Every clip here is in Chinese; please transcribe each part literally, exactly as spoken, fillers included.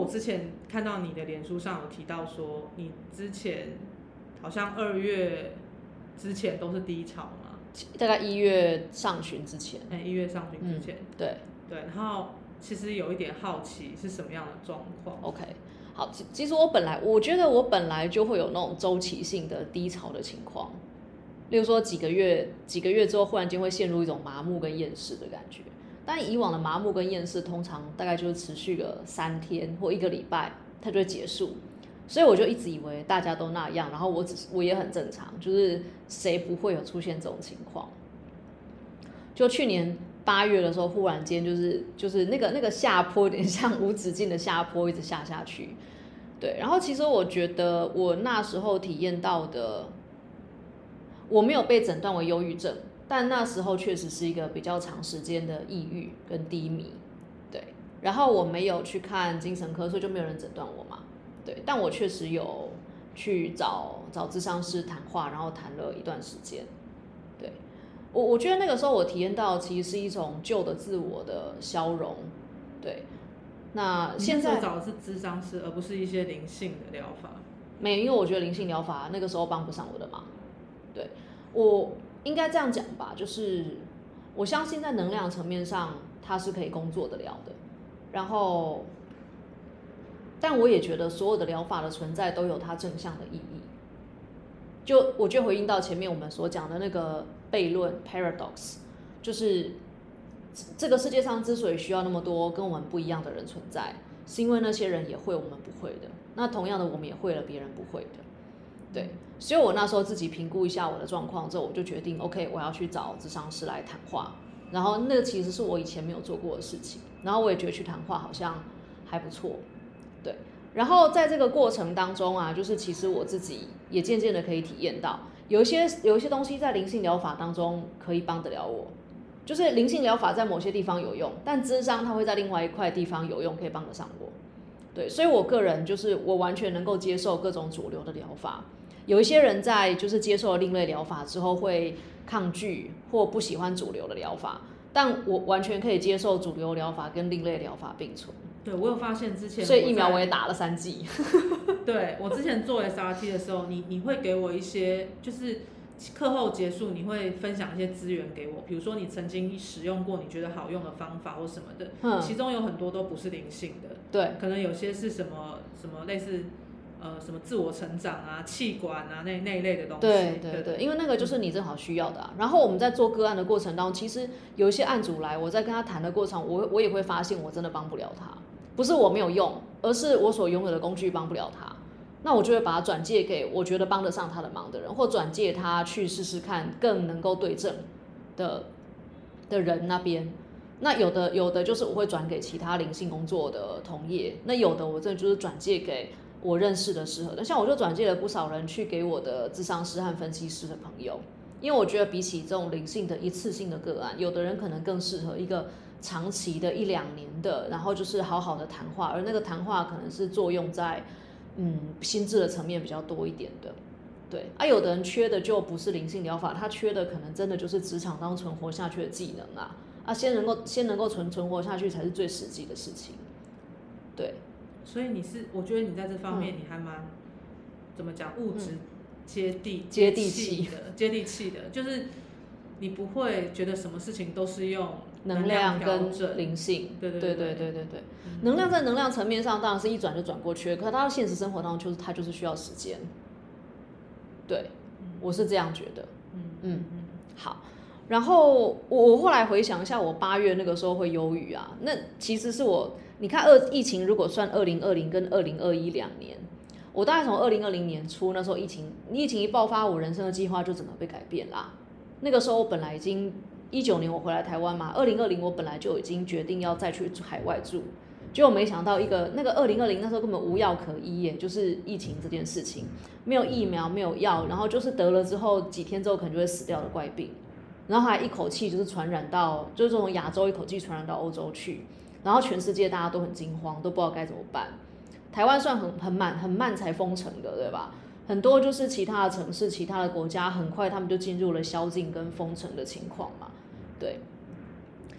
我之前看到你的脸书上有提到说，你之前好像二月之前都是低潮嘛， 大概一月上旬之前。 哎、欸，一月上旬之前， 嗯、对对，然后其实有一点好奇是什么样的状况。 OK， 好，其实我本来我觉得我本来就会有那种周期性的低潮的情况，例如说几个月几个月之后，忽然间会陷入一种麻木跟厌世的感觉。但以往的麻木跟厌世，通常大概就是持续个三天或一个礼拜，它就会结束。所以我就一直以为大家都那样，然后我只是我也很正常，就是谁不会有出现这种情况。就去年八月的时候，忽然间就是就是那个那个下坡有点像无止境的下坡，一直下下去。对，然后其实我觉得我那时候体验到的，我没有被诊断为忧郁症，但那时候确实是一个比较长时间的抑郁跟低迷。对，然后我没有去看精神科，所以就没有人诊断我嘛。对，但我确实有去找找諮商师谈话，然后谈了一段时间。对，我我觉得那个时候我体验到其实是一种旧的自我的消融。对，那现在你找的是諮商师，而不是一些灵性的疗法。 没有，因为我觉得灵性疗法那个时候帮不上我的忙。对，我应该这样讲吧，就是我相信在能量层面上它是可以工作得了的，然后。但我也觉得所有的疗法的存在都有它正向的意义。就我就回应到前面我们所讲的那个悖论 paradox， 就是这个世界上之所以需要那么多跟我们不一样的人存在，是因为那些人也会我们不会的，那同样的我们也会了别人不会的。对，所以我那时候自己评估一下我的状况之后，我就决定 OK 我要去找諮商师来谈话，然后那个其实是我以前没有做过的事情，然后我也觉得去谈话好像还不错。对，然后在这个过程当中啊，就是其实我自己也渐渐的可以体验到，有一些有一些东西在灵性疗法当中可以帮得了我，就是灵性疗法在某些地方有用，但諮商它会在另外一块地方有用，可以帮得上我。对，所以我个人就是我完全能够接受各种主流的疗法。有一些人在就是接受了另类疗法之后会抗拒或不喜欢主流的疗法，但我完全可以接受主流疗法跟另类疗法并存。 对，我有发现之前， 所以疫苗我也打了三剂。 对，我之前做 S R T 的时候，你你会给我一些，就是课后结束你会分享一些资源给我，比如说你曾经使用过你觉得好用的方法或什么的，嗯、其中有很多都不是灵性的， 对， 可能有些是什么什么类似呃什么自我成长啊、气管啊那那一类的东西。 对对 对, 对，因为那个就是你正好需要的啊。然后我们在做个案的过程当中，其实有一些案主来，我在跟他谈的过程，我我也会发现我真的帮不了他。不是我没有用，而是我所拥有的工具帮不了他，那我就会把它转借给我觉得帮得上他的忙的人，或转借他去试试看更能够对症的的人那边。那有的有的就是我会转给其他灵性工作的同业，那有的我真的就是转借给我认识的适合的，像我就转借了不少人去给我的諮商师和分析师的朋友，因为我觉得比起这种灵性的一次性的个案，有的人可能更适合一个长期的一两年的，然后就是好好的谈话，而那个谈话可能是作用在嗯心智的层面比较多一点的。对啊，有的人缺的就不是灵性疗法，他缺的可能真的就是职场当存活下去的技能啊啊，先能够先能够存存活下去才是最实际的事情。对， 所以你是，我觉得你在这方面你还蛮、嗯、怎么讲，物质接地、 嗯、接地气的，接地气的，就是你不会觉得什么事情都是用能量跟灵性。 对对对对对对对，嗯、能量在能量层面上当然是一转就转过去，可是它现实生活当中就是它就是需要时间。对，我是这样觉得。嗯嗯嗯，好。然后我后来回想一下，我八月那个时候会忧郁啊，那其实是我，你看二疫情如果算二零二零跟二零二一两年，我大概从二零二零年初那时候疫情疫情一爆发，我人生的计划就整个被改变啦。那个时候我本来已经一九年我回来台湾嘛，二零二零我本来就已经决定要再去海外住，结果没想到一个那个二零二零那时候根本无药可医耶，就是疫情这件事情，没有疫苗没有药，然后就是得了之后几天之后可能就会死掉的怪病。然后还一口气就是传染到，就是从亚洲一口气传染到欧洲去，然后全世界大家都很惊慌，都不知道该怎么办。台湾算很很慢很慢才封城的，对吧？很多就是其他的城市、其他的国家，很快他们就进入了宵禁跟封城的情况嘛。对。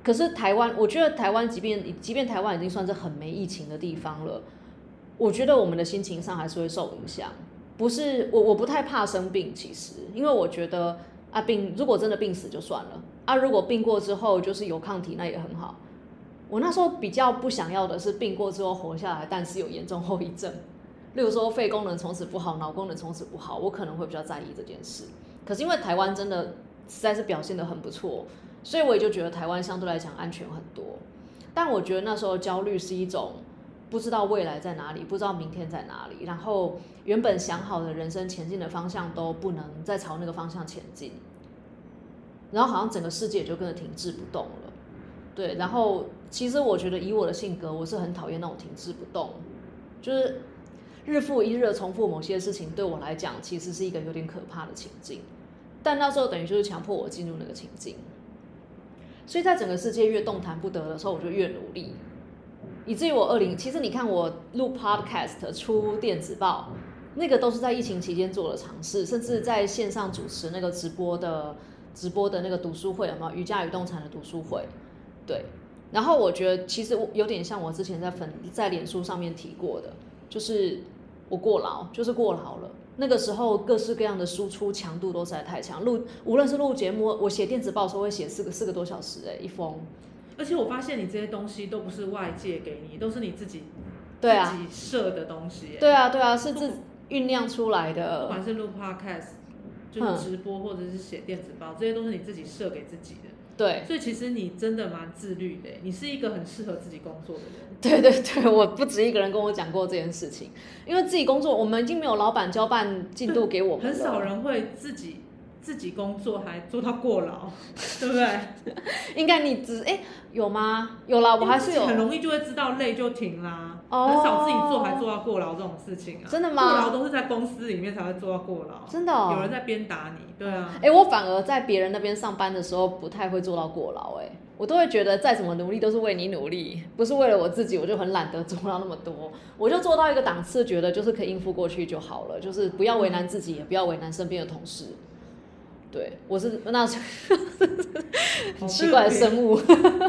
可是台湾，我觉得台湾即便即便台湾已经算是很没疫情的地方了，我觉得我们的心情上还是会受影响。不是我我不太怕生病，其实因为我觉得啊病如果真的病死就算了啊，如果病过之后就是有抗体那也很好。我那时候比较不想要的是病过之后活下来，但是有严重后遗症，例如说肺功能从此不好，脑功能从此不好，我可能会比较在意这件事。可是因为台湾真的实在是表现得很不错，所以我也就觉得台湾相对来讲安全很多。但我觉得那时候焦虑是一种不知道未来在哪里，不知道明天在哪里，然后原本想好的人生前进的方向都不能再朝那个方向前进，然后好像整个世界就跟着停滞不动了。对，然后其实我觉得以我的性格，我是很讨厌那种停滞不动，就是日复一日的重复某些事情，对我来讲其实是一个有点可怕的情境。但那时候等于就是强迫我进入那个情境，所以在整个世界越动弹不得的时候，我就越努力，以至于我二零，其实你看我录 podcast 出电子报，那个都是在疫情期间做的尝试，甚至在线上主持那个直播的直播的那个读书会，有没有瑜伽与动产的读书会？对，然后我觉得其实有点像我之前在粉在脸书上面提过的，就是我过劳，就是过劳了。那个时候各式各样的输出强度都实在太强，录无论是录节目，我写电子报的时候会写四个四个多小时哎、欸、一封。 而且我发现你这些东西都不是外界给你，都是你自己对啊自己设的东西、欸。 对啊对啊，是自酝酿出来的。 不管是录 podcast， 就是直播或者是写电子报，这些都是你自己设给自己的。 对， 所以其实你真的蛮自律的，你是一个很适合自己工作的人。 对对对，我不止一个人跟我讲过这件事情，因为自己工作，我们已经没有老板交办进度给我们了， 很少人会自己自己工作还做到过劳，对不对？ 应该你只哎有吗？有啦，我还是有， 很容易就会知道累就停啦。 哦、 很少自己做还做到过劳这种事情啊。 真的吗？ 过劳都是在公司里面才会做到过劳。 真的、哦？ 有人在鞭打你，对啊。 哎，我反而在别人那边上班的时候不太会做到过劳，哎，我都会觉得再怎么努力都是为你努力，不是为了我自己，我就很懒得做到那么多，我就做到一个档次，觉得就是可以应付过去就好了，就是不要为难自己，也不要为难身边的同事。对，我是那很奇怪的生物。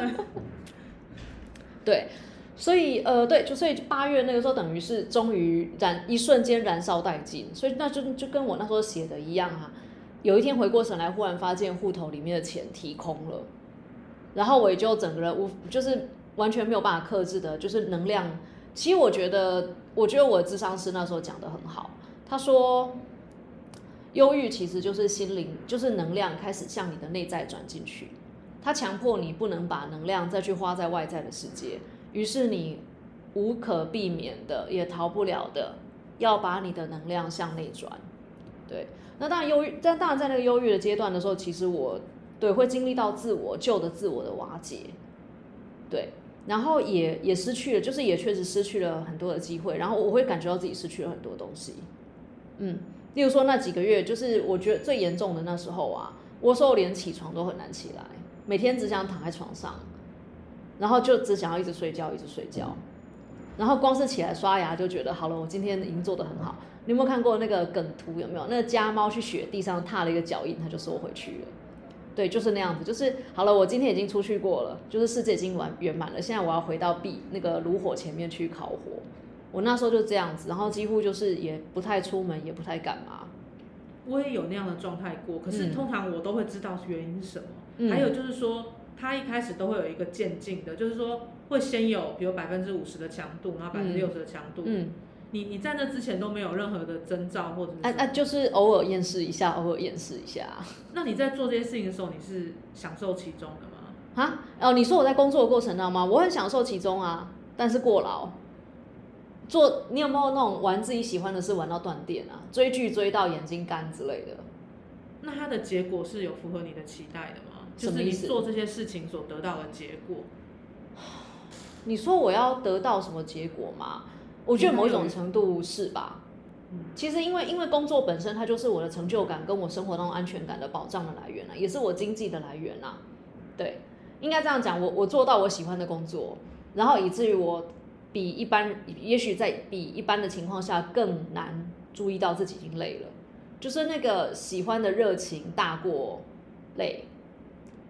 对。所以呃对，就所以八月那个时候等于是终于燃一瞬间燃烧殆尽，所以那就就跟我那时候写的一样啊。有一天回过神来，忽然发现户头里面的钱提空了，然后我也就整个人无就是完全没有办法克制的，就是能量。其实我觉得，我觉得我的諮商师那时候讲的很好，他说，忧郁其实就是心灵，就是能量开始向你的内在转进去，他强迫你不能把能量再去花在外在的世界。于是你无可避免的，也逃不了的，要把你的能量向内转。对，那当然忧郁，但当然在那个忧郁的阶段的时候，其实我对会经历到自我旧的自我的瓦解，对，然后也也失去了，就是也确实失去了很多的机会，然后我会感觉到自己失去了很多东西。嗯，例如说那几个月，就是我觉得最严重的那时候啊，我说我连起床都很难起来，每天只想躺在床上。然后就只想要一直睡觉，一直睡觉，然后光是起来刷牙就觉得好了，我今天已经做得很好。你有没有看过那个梗图？有没有那个家猫去雪地上踏了一个脚印，它就缩回去了？对，就是那样子，就是好了，我今天已经出去过了，就是世界已经完圆满了，现在我要回到壁那个炉火前面去烤火。我那时候就这样子，然后几乎就是也不太出门，也不太干嘛。 我也有那样的状态过，可是通常我都会知道原因是什么。 嗯、 还有就是说。它一开始都会有一个渐进的，就是说会先有比如百分之五十的强度，然后百分之六十的强度。嗯，你你在那之前都没有任何的征兆或者是。啊啊，就是偶尔验视一下，偶尔验视一下。 那你在做这些事情的时候，你是享受其中的吗？ 啊，哦，你说我在工作的过程当中吗？我很享受其中啊，但是过劳。做，你有没有那种玩自己喜欢的事玩到断电啊？追剧追到眼睛干之类的？ 那它的结果是有符合你的期待的吗？就是你做这些事情所得到的结果。 你说我要得到什么结果吗？我觉得某一种程度是吧。嗯、其实因为因为工作本身它就是我的成就感跟我生活当中安全感的保障的来源啊，也是我经济的来源啊。对，应该这样讲，我我做到我喜欢的工作，然后以至于我比一般，也许在比一般的情况下更难注意到自己已经累了，就是那个喜欢的热情大过累。对，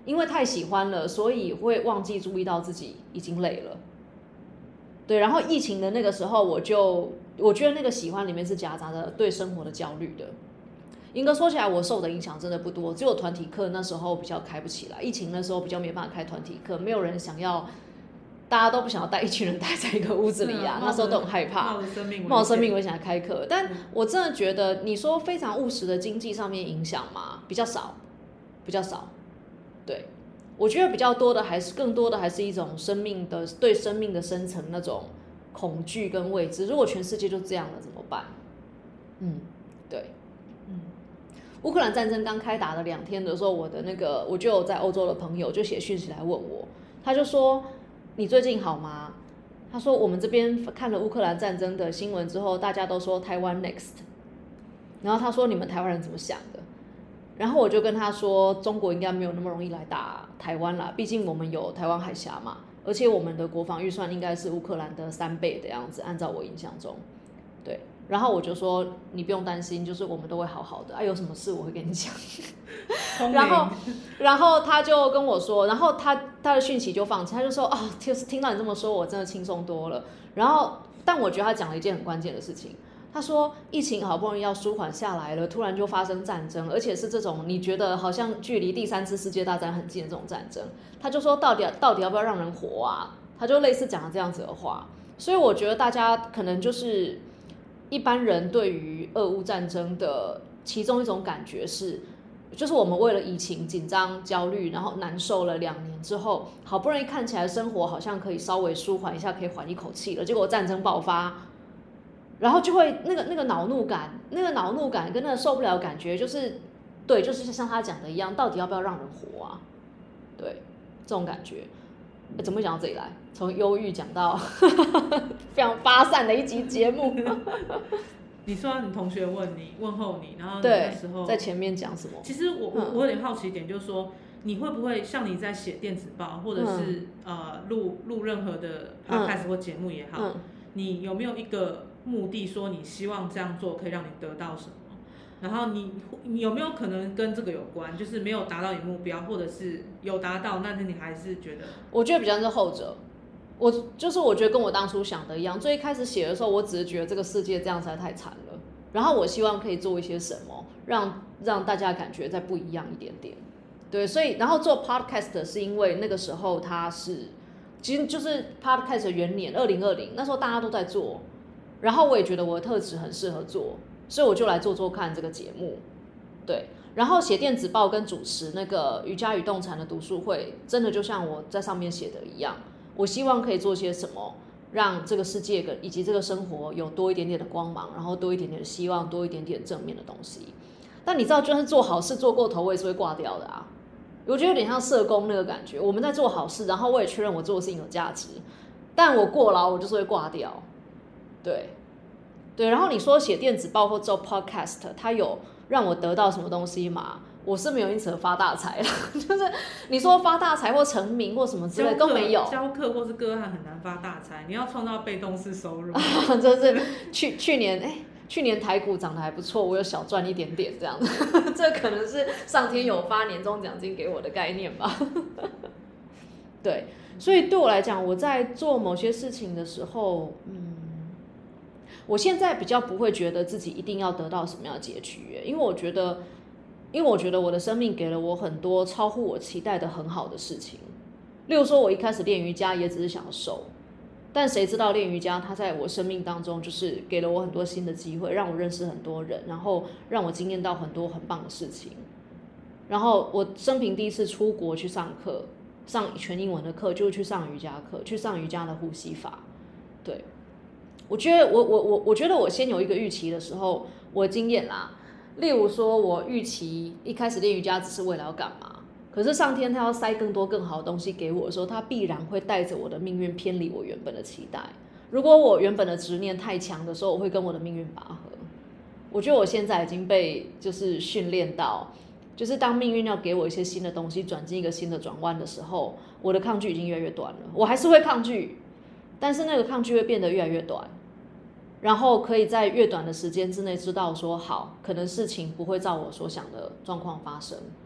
因为太喜欢了，所以会忘记注意到自己已经累了。对，然后疫情的那个时候，我就我觉得那个喜欢里面是夹杂着对生活的焦虑的。严格说起来，我受的影响真的不多，只有团体课那时候比较开不起来，疫情那时候比较没办法开团体课，没有人想要，大家都不想要带一群人待在一个屋子里啊，那时候都很害怕， 冒着生命危险， 冒着生命危险来开课。但我真的觉得，你说非常务实的经济上面影响嘛，比较少，比较少。对，我觉得比较多的还是更多的还是一种生命的对生命的深层那种恐惧跟未知。如果全世界就这样了怎么办？嗯，对。乌克兰战争刚开打的两天的时候，我的那个我就有在欧洲的朋友就写讯息来问我，他就说你最近好吗？他说我们这边看了乌克兰战争的新闻之后，大家都说台湾 next， 然后他说你们台湾人怎么想的？然后我就跟他说，中国应该没有那么容易来打台湾啦，毕竟我们有台湾海峡嘛，而且我们的国防预算应该是乌克兰的三倍的样子，按照我印象中，对。然后我就说你不用担心，就是我们都会好好的啊，有什么事我会跟你讲。然后，然后他就跟我说，然后他他的讯息就放弃，他就说啊，就是听到你这么说，我真的轻松多了。然后，但我觉得他讲了一件很关键的事情，他说疫情好不容易要舒缓下来了，突然就发生战争，而且是这种你觉得好像距离第三次世界大战很近的这种战争，他就说到底到底要不要让人活啊？他就类似讲了这样子的话，所以我觉得大家可能就是。一般人对于俄乌战争的其中一种感觉是，就是我们为了疫情紧张、焦虑，然后难受了两年之后，好不容易看起来生活好像可以稍微舒缓一下，可以缓一口气了，结果战争爆发，然后就会那个那个恼怒感，那个恼怒感跟那个受不了的感觉，就是对，就是像他讲的一样，到底要不要让人活啊？对，这种感觉。怎么会讲到这里来？从忧郁讲到非常发散的一集节目。 你说你同学问你问候你，然后你那时候在前面讲什么？ 其实我我我有点好奇一点，就是说你会不会像你在写电子报，或者是、嗯、呃录录任何的 podcast 或节目也好、嗯，你有没有一个目的，说你希望这样做可以让你得到什么？然后你你有没有可能跟这个有关，就是没有达到你目标，或者是有达到，但是你还是觉得？ 我觉得比较是后者。我就是我觉得跟我当初想的一样，最一开始写的时候，我只是觉得这个世界这样实在太惨了，然后我希望可以做一些什么，让让大家感觉再不一样一点点。对，所以然后做 podcast 是因为那个时候它是其实就是 podcast 的元年二零二零，那时候大家都在做，然后我也觉得我的特质很适合做。所以我就来做做看这个节目，对，然后写电子报跟主持那个瑜伽与动禅的读书会，真的就像我在上面写的一样，我希望可以做些什么，让这个世界以及这个生活有多一点点的光芒，然后多一点点的希望，多一点点正面的东西。但你知道，就算是做好事做过头，我也是会挂掉的啊。我觉得有点像社工那个感觉，我们在做好事，然后我也确认我做的事情有价值，但我过劳我就是会挂掉，对。对，然后你说写电子报或做 podcast， 它有让我得到什么东西吗？我是没有因此而发大财啦，就是你说发大财或成名或什么之类都没有。 教课或是个案很难发大财，你要创造被动式收入。 就是去去年哎，去年台股涨得还不错，我有小赚一点点这样子，这可能是上天有发年终奖金给我的概念吧。对，所以对我来讲，我在做某些事情的时候，嗯。我现在比较不会觉得自己一定要得到什么样的结局，因为我觉得，因为我觉得我的生命给了我很多超乎我期待的很好的事情。例如说，我一开始练瑜伽也只是想要瘦，但谁知道练瑜伽它在我生命当中就是给了我很多新的机会，让我认识很多人，然后让我经验到很多很棒的事情。然后我生平第一次出国去上课，上全英文的课，就是去上瑜伽课，去上瑜伽的呼吸法，对。我觉得我我我我觉得我先有一个预期的时候，我的经验啦，例如说我预期一开始练瑜伽只是为了要干嘛，可是上天他要塞更多更好的东西给我的时候，他必然会带着我的命运偏离我原本的期待。如果我原本的执念太强的时候，我会跟我的命运拔河。我觉得我现在已经被就是训练到，就是当命运要给我一些新的东西转进一个新的转弯的时候，我的抗拒已经越来越短了。我还是会抗拒，但是那个抗拒会变得越来越短，然后可以在越短的时间之内知道说，好，可能事情不会照我所想的状况发生。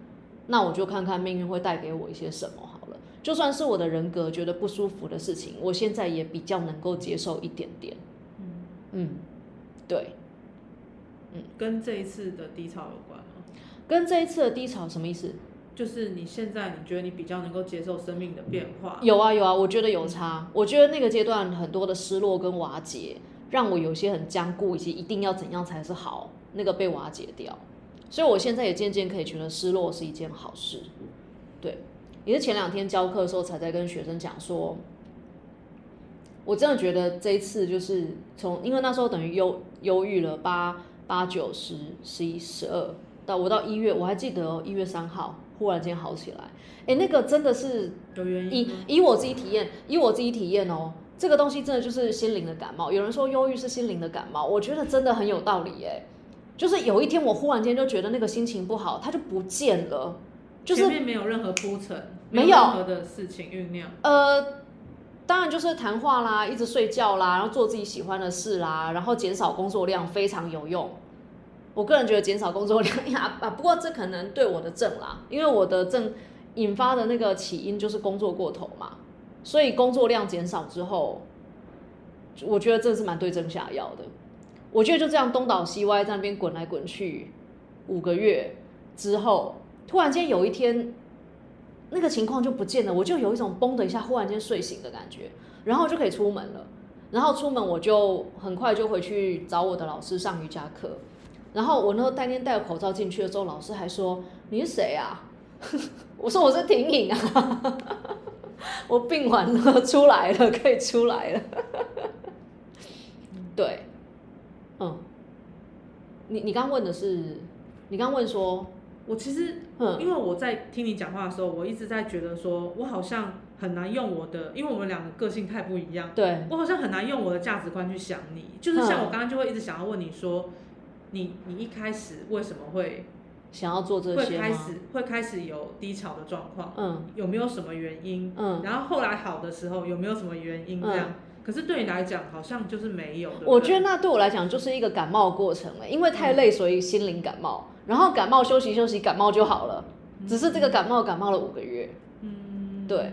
那我就看看命运会带给我一些什么好了。就算是我的人格觉得不舒服的事情，我现在也比较能够接受一点点。嗯嗯，对， 嗯，跟这一次的低潮有关吗？ 跟这一次的低潮什么意思？ 就是你现在你觉得你比较能够接受生命的变化？ 有啊有啊，我觉得有差。嗯、我觉得那个阶段很多的失落跟瓦解，让我有些很僵固，以及一定要怎样才是好，那个被瓦解掉。所以我现在也渐渐可以觉得失落是一件好事。对，也是前两天教课的时候才在跟学生讲说，我真的觉得这一次就是从，因为那时候等于忧忧郁了八八九十十一十二，到我到一月，我还记得哦，一月三号忽然间好起来。哎，那个真的是有原因以以我自己体验，以我自己体验哦，这个东西真的就是心灵的感冒。有人说忧郁是心灵的感冒，我觉得真的很有道理哎。就是有一天我忽然间就觉得那个心情不好，它就不见了，就是前面没有任何铺陈， 没有任何的事情酝酿。 呃，当然就是谈话啦，一直睡觉啦，然后做自己喜欢的事啦，然后减少工作量非常有用。我个人觉得减少工作量呀，啊，不过这可能对我的症啦，因为我的症引发的那个起因就是工作过头嘛，所以工作量减少之后，我觉得这是蛮对症下药的。我觉得就这样东倒西歪在那边滚来滚去，五个月之后，突然间有一天，那个情况就不见了，我就有一种嘣的一下，忽然间睡醒的感觉，然后就可以出门了。然后出门我就很快就回去找我的老师上瑜伽课。然后我那时候当天戴口罩进去的时候，老师还说：“你是谁啊？”我说：“我是婷颖啊，我病完了，出来了，可以出来了。”对。嗯，你你刚问的是，你刚问说， 我其实，嗯，因为我在听你讲话的时候，我一直在觉得说，我好像很难用我的，因为我们两个个性太不一样， 对， 我好像很难用我的价值观去想你，就是像我刚刚就会一直想要问你说，你你一开始为什么会想要做这些吗？ 会开始会开始有低潮的状况， 嗯， 有没有什么原因？ 嗯， 然后后来好的时候有没有什么原因？这样。嗯，可是对你来讲好像就是没有，对不对？ 我觉得那对我来讲就是一个感冒过程了，因为太累所以心灵感冒，然后感冒休息休息感冒就好了，只是这个感冒感冒了五个月，嗯，对，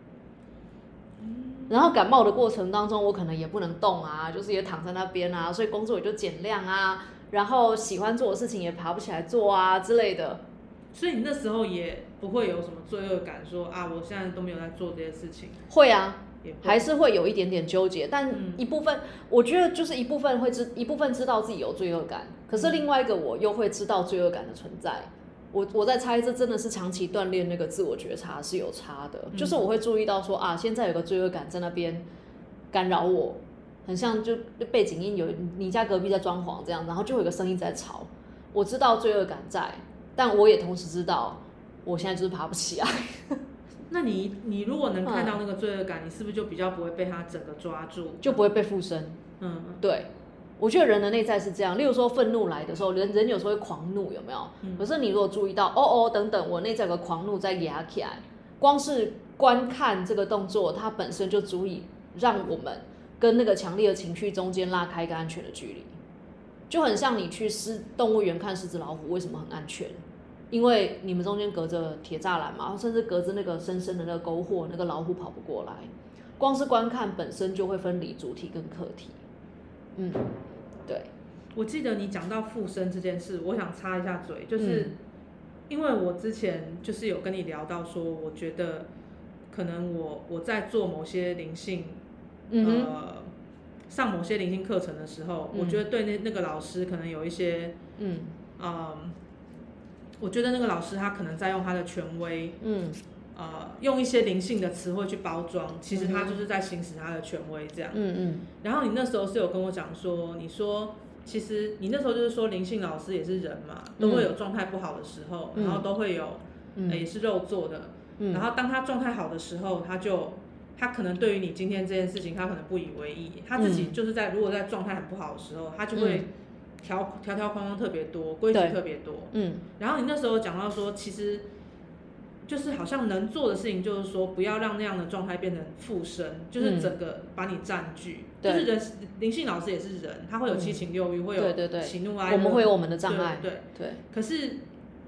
然后感冒的过程当中我可能也不能动啊，就是也躺在那边啊，所以工作也就减量啊，然后喜欢做的事情也爬不起来做啊之类的， 所以你那时候也不会有什么罪恶感说啊我现在都没有在做这些事情？ 会啊，还是会有一点点纠结，但一部分、嗯、我觉得就是一部分会知一部分知道自己有罪恶感，可是另外一个我又会知道罪恶感的存在。我我在猜，这真的是长期锻炼那个自我觉察是有差的、嗯，就是我会注意到说啊，现在有个罪恶感在那边干扰我，很像就背景音有你家隔壁在装潢这样，然后就有一个声音在吵，我知道罪恶感在，但我也同时知道我现在就是爬不起来。 那你你如果能看到那个罪恶感、嗯，你是不是就比较不会被他整个抓住， 就不会被附身？嗯，对，我觉得人的内在是这样。例如说愤怒来的时候，人人有时候会狂怒，有没有？嗯、可是你如果注意到，哦哦等等，我内在有个狂怒在压起来，光是观看这个动作，它本身就足以让我们跟那个强烈的情绪中间拉开一个安全的距离。就很像你去狮动物园看狮子老虎，为什么很安全？因为你们中间隔着铁栅栏嘛，甚至隔着那个深深的那个沟壑，那个老虎跑不过来。光是观看本身就会分离主体跟客体。嗯，对。 我记得你讲到附身这件事，我想插一下嘴，就是因为我之前就是有跟你聊到说，我觉得可能我我在做某些灵性，嗯、呃，上某些灵性课程的时候，嗯、我觉得对那那个老师可能有一些，嗯，呃我觉得那个老师他可能在用他的权威，嗯，呃，用一些灵性的词汇去包装，其实他就是在行使他的权威这样。嗯嗯。然后你那时候是有跟我讲说，你说其实你那时候就是说灵性老师也是人嘛，都会有状态不好的时候，嗯、然后都会有，嗯呃、也是肉做的。嗯。然后当他状态好的时候，他就他可能对于你今天这件事情，他可能不以为意，他自己就是在如果在状态很不好的时候，他就会。嗯条条条框框特别多，规矩特别多，嗯，然后你那时候讲到说，其实就是好像能做的事情，就是说不要让那样的状态变成附身，就是整个把你占据。嗯、就是人灵性老师也是人，他会有七情六欲，嗯、会有喜怒哀乐， 我们会有我们的障碍， 对对对。 可是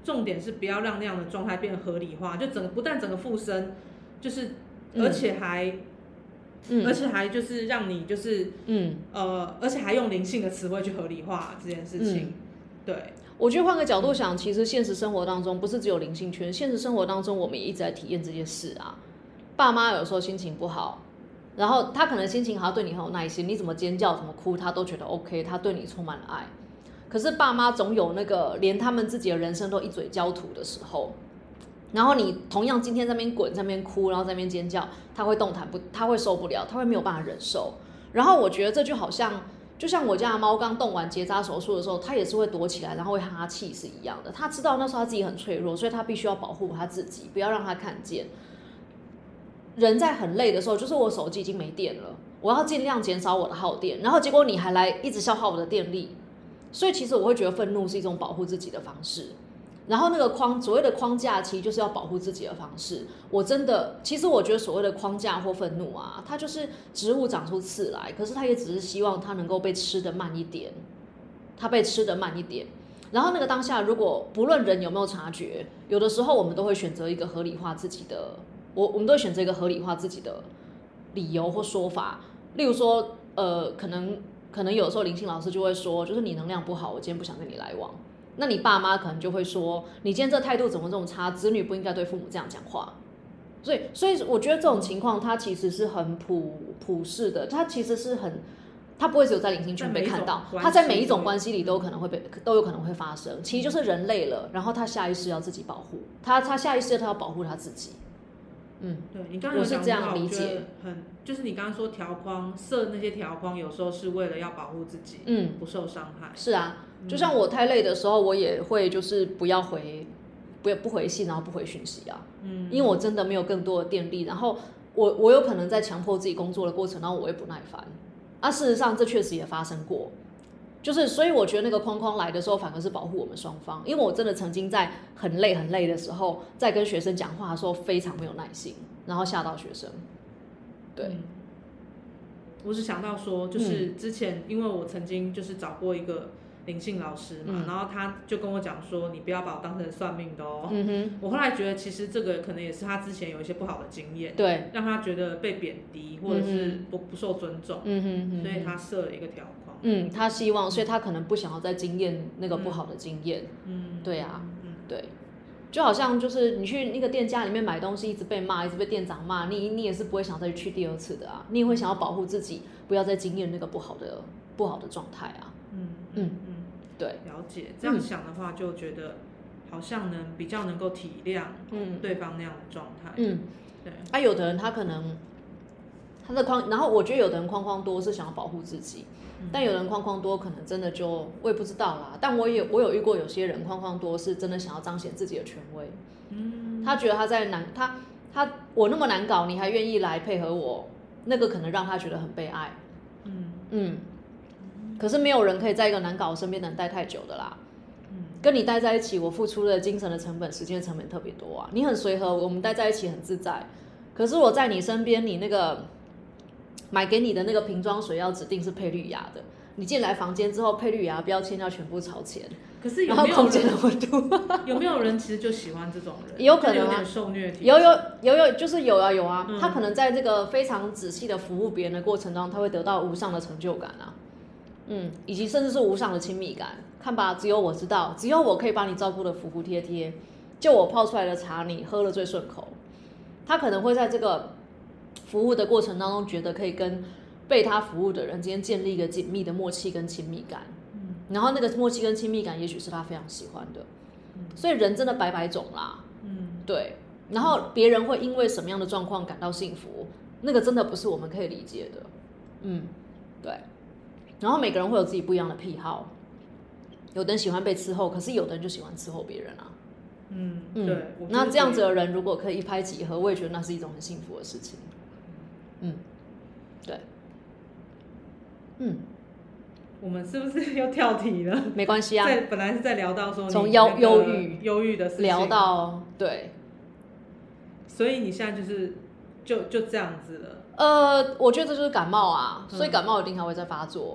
重点是不要让那样的状态变合理化，就整个不但整个附身，就是而且还。嗯、而且还就是让你就是嗯呃，而且还用灵性的词汇去合理化这件事情，嗯、对。 我觉得换个角度想，其实现实生活当中不是只有灵性圈，现实生活当中我们也一直在体验这件事啊。爸妈有时候心情不好，然后他可能心情好，对你很有耐心，你怎么尖叫怎么哭他都觉得 OK， 他对你充满了爱。可是爸妈总有那个连他们自己的人生都一嘴焦土的时候。然后你同样今天在那边滚，在那边哭，然后在那边尖叫，他会动弹不，他会受不了，他会没有办法忍受。然后我觉得这就好像，就像我家的猫刚动完结扎手术的时候，它也是会躲起来，然后会哈气是一样的。它知道那时候它自己很脆弱，所以它必须要保护它自己，不要让它看见。人在很累的时候，就是我手机已经没电了，我要尽量减少我的耗电，然后结果你还来一直消耗我的电力，所以其实我会觉得愤怒是一种保护自己的方式。然后那个框所谓的框架其实就是要保护自己的方式。我真的，其实我觉得所谓的框架或愤怒啊，它就是植物长出刺来，可是它也只是希望它能够被吃得慢一点，它被吃得慢一点。然后那个当下，如果不论人有没有察觉，有的时候我们都会选择一个合理化自己的，我我们都会选择一个合理化自己的理由或说法。例如说，呃，可能可能有时候灵性老师就会说，就是你能量不好，我今天不想跟你来往。那你爸妈可能就会说，你今天这态度怎么这么差？子女不应该对父母这样讲话。所以，所以我觉得这种情况，它其实是很普普世的，它其实是很，它不会只有在灵性圈被看到，它在每一种关系里都有可能会被，都有可能会发生。其实就是人累了，然后他下意识要自己保护，他他下意识他要保护他自己。嗯， 对你刚刚有讲到，我觉得很，就是你刚刚说条框设那些条框，有时候是为了要保护自己，嗯，不受伤害。 是啊。就像我太累的时候，我也会就是不要回，不不回信，然后不回讯息啊，嗯，因为我真的没有更多的电力，然后我我有可能在强迫自己工作的过程，然后我会不耐烦，啊，事实上这确实也发生过，就是所以我觉得那个框框来的时候，反而是保护我们双方，因为我真的曾经在很累很累的时候，在跟学生讲话的时候非常没有耐心，然后吓到学生，对。嗯， 我只想到说，就是之前因为我曾经就是找过一个灵性老师嘛，嗯、然后他就跟我讲说，你不要把我当成算命的哦。嗯哼，我后来觉得其实这个可能也是他之前有一些不好的经验，对，让他觉得被贬低或者是不不受尊重，嗯哼，嗯哼，所以他设了一个条框。嗯， 他希望，所以他可能不想要再经验那个不好的经验。嗯，对啊，嗯，对。就好像就是你去那个店家里面买东西，一直被骂，一直被店长骂，你你也是不会想再去第二次的啊，你也会想要保护自己，不要再经验那个不好的不好的状态啊。嗯嗯嗯，对， 了解。这样想的话，就觉得好像能比较能够体谅对方那样的状态。嗯， 对。啊，有的人他可能他的框，然后我觉得有的人框框多是想要保护自己。但有人框框多，可能真的就我也不知道啦。但我也我有遇过有些人框框多，是真的想要彰显自己的权威。嗯，他觉得他在难他他我那么难搞，你还愿意来配合我，那个可能让他觉得很被爱。嗯嗯，可是没有人可以在一个难搞身边的人待太久的啦。嗯，跟你待在一起，我付出的精神的成本、时间的成本特别多啊。你很随和，我们待在一起很自在。可是我在你身边，你那个。买给你的那个瓶装水要指定是配绿芽的，你进来房间之后配绿芽标签要全部朝前， 可是有没有人，然后空间的温度有没有人其实就喜欢这种人？ 有可能、啊、 有点受虐体质， 有有有有就是有啊有啊、嗯，他可能在这个非常仔细的服务别人的过程中，他会得到无上的成就感啊，嗯，以及甚至是无上的亲密感。看吧，只有我知道，只有我可以把你照顾的服服帖帖，就我泡出来的茶你喝了最顺口。他可能会在这个服务的过程当中，觉得可以跟被他服务的人之间建立一个紧密的默契跟亲密感，嗯，然后那个默契跟亲密感，也许是他非常喜欢的，嗯，所以人真的百百种啦，嗯，对，然后别人会因为什么样的状况感到幸福，那个真的不是我们可以理解的，嗯，对，然后每个人会有自己不一样的癖好，有的人喜欢被伺候，可是有的人就喜欢伺候别人啊。 嗯，对， 那这样子的人如果可以一拍即合，我也觉得那是一种很幸福的事情。嗯，对，嗯， 我们是不是又跳题了？ 没关系啊， 在本来是在聊到说从忧忧郁忧郁的事情聊到对， 所以你现在就是就就这样子了。 呃，我觉得这就是感冒啊，嗯、所以感冒一定还会再发作。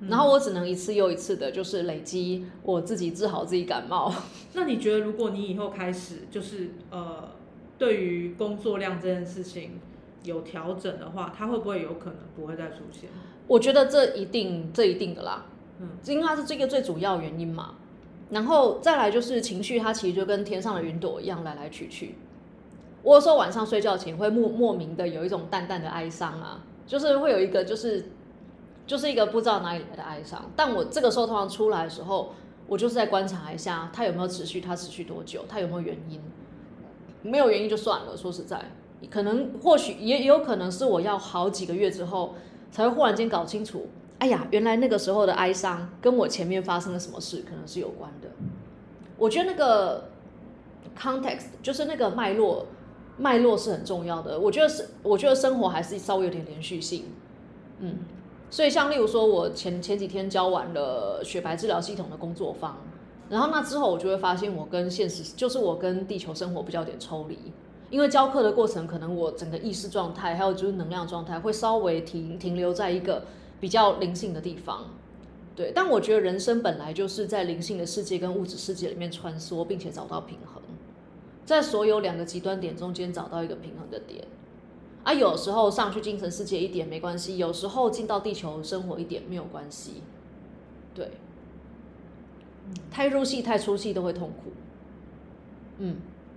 然后我只能一次又一次的，就是累积我自己治好自己感冒。 那你觉得，如果你以后开始就是呃，对于工作量这件事情有调整的话，它会不会有可能不会再出现？ 我觉得这一定，这一定的啦，嗯，因为它是这个最主要原因嘛。然后再来就是情绪，它其实就跟天上的云朵一样来来去去。我有时候晚上睡觉前会莫莫名的有一种淡淡的哀伤啊，就是会有一个就是就是一个不知道哪里来的哀伤。但我这个时候通常出来的时候，我就是在观察一下它有没有持续，它持续多久，它有没有原因。没有原因就算了，说实在，可能或许也也有可能是我要好几个月之后才会忽然间搞清楚，哎呀，原来那个时候的哀伤跟我前面发生了什么事可能是有关的。我觉得那个 context 就是那个脉络，脉络是很重要的。我觉得是，我觉得生活还是稍微有点连续性，嗯，所以像例如说，我前前几天教完了雪白治疗系统的工作坊，然后那之后我就会发现，我跟现实，就是我跟地球生活比较有点抽离。因为教课的过程，可能我整个意识状态，还有就是能量状态，会稍微停停留在一个比较灵性的地方，对。但我觉得人生本来就是在灵性的世界跟物质世界里面穿梭，并且找到平衡，在所有两个极端点中间找到一个平衡的点。啊，有时候上去精神世界一点没关系，有时候进到地球生活一点没有关系，对。太入戏、太出戏都会痛苦，嗯。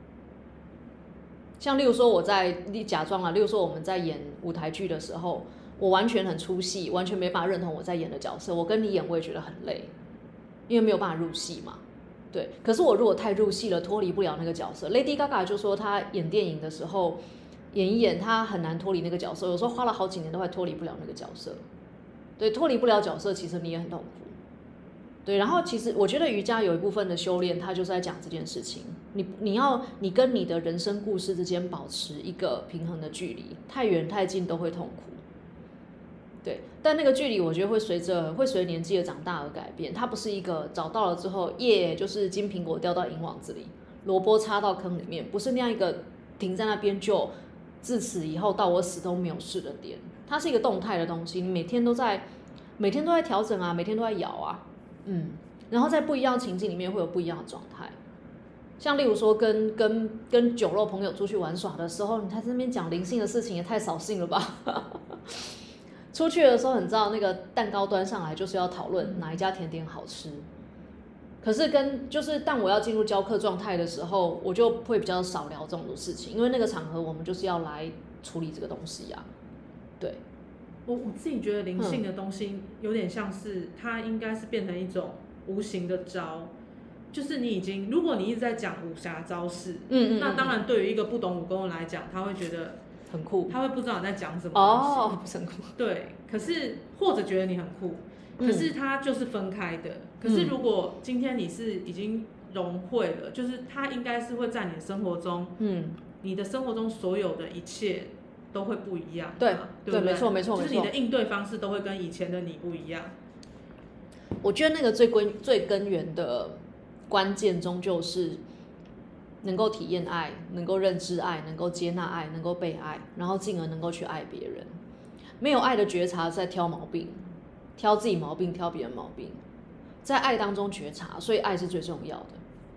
像例如说我在假装啊，例如说我们在演舞台剧的时候，我完全很出戏，完全没办法认同我在演的角色。我跟你演，我也觉得很累，因为没有办法入戏嘛。对，可是我如果太入戏了，脱离不了那个角色。Lady Gaga 就说她演电影的时候，演一演她很难脱离那个角色，有时候花了好几年都还脱离不了那个角色。对，脱离不了角色，其实你也很痛苦。对，然后其实我觉得瑜伽有一部分的修炼，它就是在讲这件事情。你你要你跟你的人生故事之间保持一个平衡的距离，太远太近都会痛苦。对，但那个距离我觉得会随着会随着年纪的长大而改变。它不是一个找到了之后，耶，就是金苹果掉到银网子里，萝卜插到坑里面，不是那样一个停在那边就自此以后到我死都没有事的点。它是一个动态的东西，你每天都在每天都在调整啊，每天都在摇啊。嗯，然后在不一样的情境里面会有不一样的状态，像例如说跟跟跟酒肉朋友出去玩耍的时候，你在这边讲灵性的事情也太扫兴了吧？出去的时候，你知道那个蛋糕端上来就是要讨论哪一家甜点好吃，可是跟就是当我要进入教课状态的时候，我就会比较少聊这种事情，因为那个场合我们就是要来处理这个东西啊，对。 我我自己觉得灵性的东西有点像是它应该是变成一种无形的招，就是你已经如果你一直在讲武侠招式，嗯嗯嗯，那当然对于一个不懂武功的来讲，他会觉得很酷， 他会不知道你在讲什么东西， 哦，不是很酷， 对。可是或者觉得你很酷，可是它就是分开的。嗯、可是如果今天你是已经融会了，就是它应该是会在你的生活中，嗯，你的生活中所有的一切。都会不一样， 对对, 对， 没错没错， 就是你的应对方式都会跟以前的你不一样。 我觉得那个最根最根源的关键终究是能够体验爱，能够认知爱，能够接纳爱，能够被爱，然后进而能够去爱别人。没有爱的觉察在挑毛病，挑自己毛病，挑别人毛病，在爱当中觉察，所以爱是最重要的。